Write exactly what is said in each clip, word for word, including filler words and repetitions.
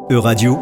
Euradio,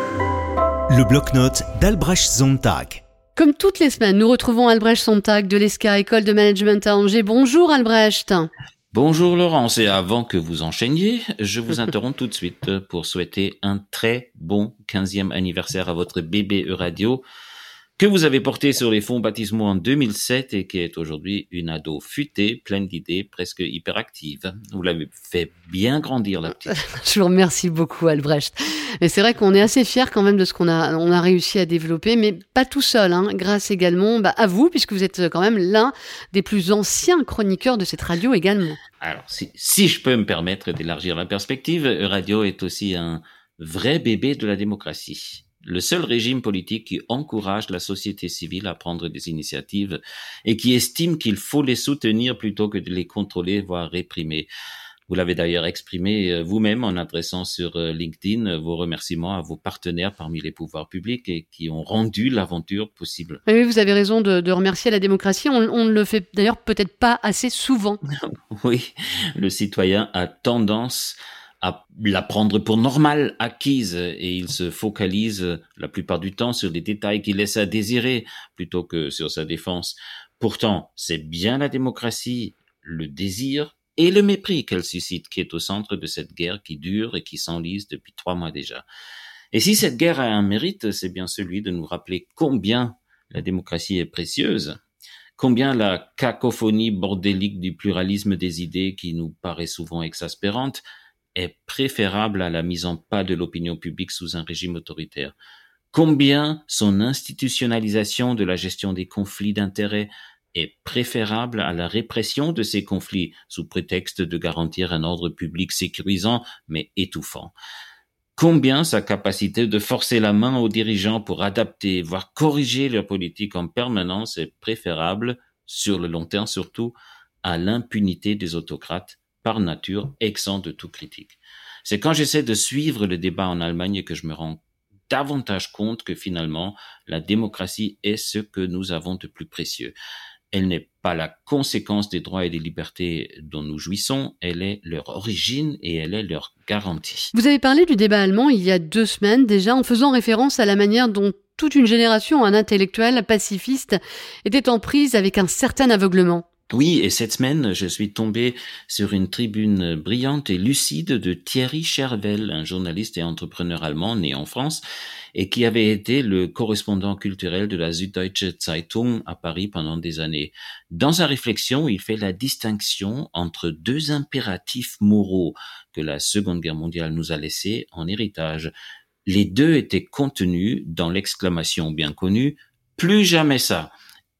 le bloc-notes d'Albrecht Sontag. Comme toutes les semaines, nous retrouvons Albrecht Sontag de l'E S C A, École de Management à Angers. Bonjour Albrecht. Bonjour Laurence, et avant que vous enchaîniez, je vous interromps tout de suite pour souhaiter un très bon quinzième anniversaire à votre bébé Euradio, que vous avez porté sur les fonds baptismaux en deux mille sept et qui est aujourd'hui une ado futée, pleine d'idées, presque hyperactive. Vous l'avez fait bien grandir, la petite. Je vous remercie beaucoup Albrecht. Mais c'est vrai qu'on est assez fiers quand même de ce qu'on a, on a réussi à développer, mais pas tout seul, hein, grâce également bah, à vous, puisque vous êtes quand même l'un des plus anciens chroniqueurs de cette radio également. Alors, si, si je peux me permettre d'élargir la perspective, Euradio est aussi un vrai bébé de la démocratie. Le seul régime politique qui encourage la société civile à prendre des initiatives et qui estime qu'il faut les soutenir plutôt que de les contrôler, voire réprimer. Vous l'avez d'ailleurs exprimé vous-même en adressant sur LinkedIn vos remerciements à vos partenaires parmi les pouvoirs publics et qui ont rendu l'aventure possible. Oui, vous avez raison de, de remercier la démocratie. On, on ne le fait d'ailleurs peut-être pas assez souvent. Oui, le citoyen a tendance à la prendre pour normale, acquise, et il se focalise la plupart du temps sur les détails qui laissent à désirer plutôt que sur sa défense. Pourtant, c'est bien la démocratie, le désir et le mépris qu'elle suscite qui est au centre de cette guerre qui dure et qui s'enlise depuis trois mois déjà. Et si cette guerre a un mérite, c'est bien celui de nous rappeler combien la démocratie est précieuse, combien la cacophonie bordélique du pluralisme des idées qui nous paraît souvent exaspérante est préférable à la mise en pas de l'opinion publique sous un régime autoritaire. Combien son institutionnalisation de la gestion des conflits d'intérêts est préférable à la répression de ces conflits sous prétexte de garantir un ordre public sécurisant mais étouffant. Combien sa capacité de forcer la main aux dirigeants pour adapter, voire corriger leur politique en permanence est préférable, sur le long terme surtout, à l'impunité des autocrates, par nature exempt de toute critique. C'est quand j'essaie de suivre le débat en Allemagne que je me rends davantage compte que finalement, la démocratie est ce que nous avons de plus précieux. Elle n'est pas la conséquence des droits et des libertés dont nous jouissons, elle est leur origine et elle est leur garantie. Vous avez parlé du débat allemand il y a deux semaines déjà en faisant référence à la manière dont toute une génération d'intellectuels pacifistes était en prise avec un certain aveuglement. Oui, et cette semaine, je suis tombé sur une tribune brillante et lucide de Thierry Schervel, un journaliste et entrepreneur allemand né en France et qui avait été le correspondant culturel de la Süddeutsche Zeitung à Paris pendant des années. Dans sa réflexion, il fait la distinction entre deux impératifs moraux que la Seconde Guerre mondiale nous a laissés en héritage. Les deux étaient contenus dans l'exclamation bien connue « Plus jamais ça !»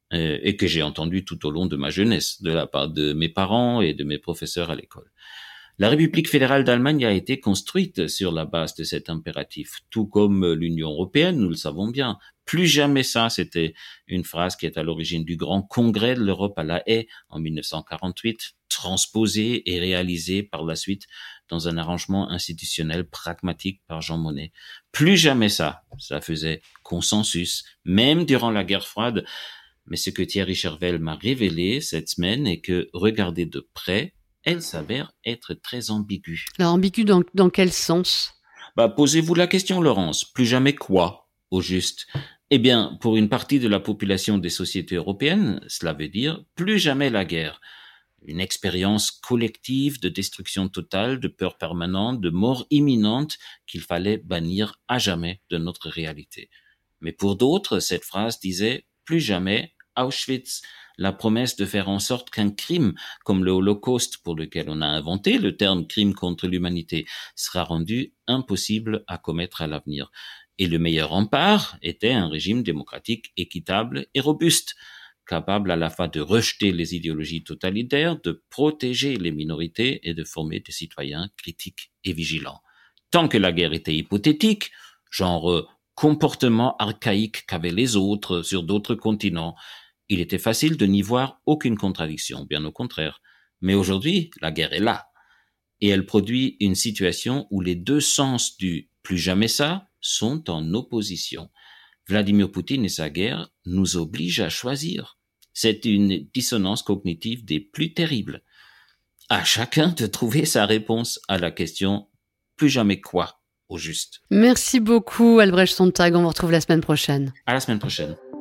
et que j'ai entendu tout au long de ma jeunesse, de la part de mes parents et de mes professeurs à l'école. La République fédérale d'Allemagne a été construite sur la base de cet impératif, tout comme l'Union européenne, nous le savons bien. Plus jamais ça, c'était une phrase qui est à l'origine du grand congrès de l'Europe à La Haye en dix-neuf cent quarante-huit, transposée et réalisée par la suite dans un arrangement institutionnel pragmatique par Jean Monnet. Plus jamais ça, ça faisait consensus, même durant la guerre froide. Mais ce que Thierry Schervel m'a révélé cette semaine est que, regardée de près, elle s'avère être très ambiguë. Alors, ambiguë dans, dans quel sens ? Bah, posez-vous la question, Laurence. Plus jamais quoi, au juste ? Eh bien, pour une partie de la population des sociétés européennes, cela veut dire plus jamais la guerre. Une expérience collective de destruction totale, de peur permanente, de mort imminente qu'il fallait bannir à jamais de notre réalité. Mais pour d'autres, cette phrase disait plus jamais Auschwitz, la promesse de faire en sorte qu'un crime comme le Holocauste, pour lequel on a inventé le terme crime contre l'humanité, sera rendu impossible à commettre à l'avenir. Et le meilleur rempart était un régime démocratique équitable et robuste, capable à la fois de rejeter les idéologies totalitaires, de protéger les minorités et de former des citoyens critiques et vigilants. Tant que la guerre était hypothétique, genre comportement archaïque qu'avaient les autres sur d'autres continents, il était facile de n'y voir aucune contradiction, bien au contraire. Mais aujourd'hui, la guerre est là. Et elle produit une situation où les deux sens du « plus jamais ça » sont en opposition. Vladimir Poutine et sa guerre nous obligent à choisir. C'est une dissonance cognitive des plus terribles. À chacun de trouver sa réponse à la question « plus jamais quoi ?» au juste. Merci beaucoup Albrecht Sontag, on vous retrouve la semaine prochaine. À la semaine prochaine.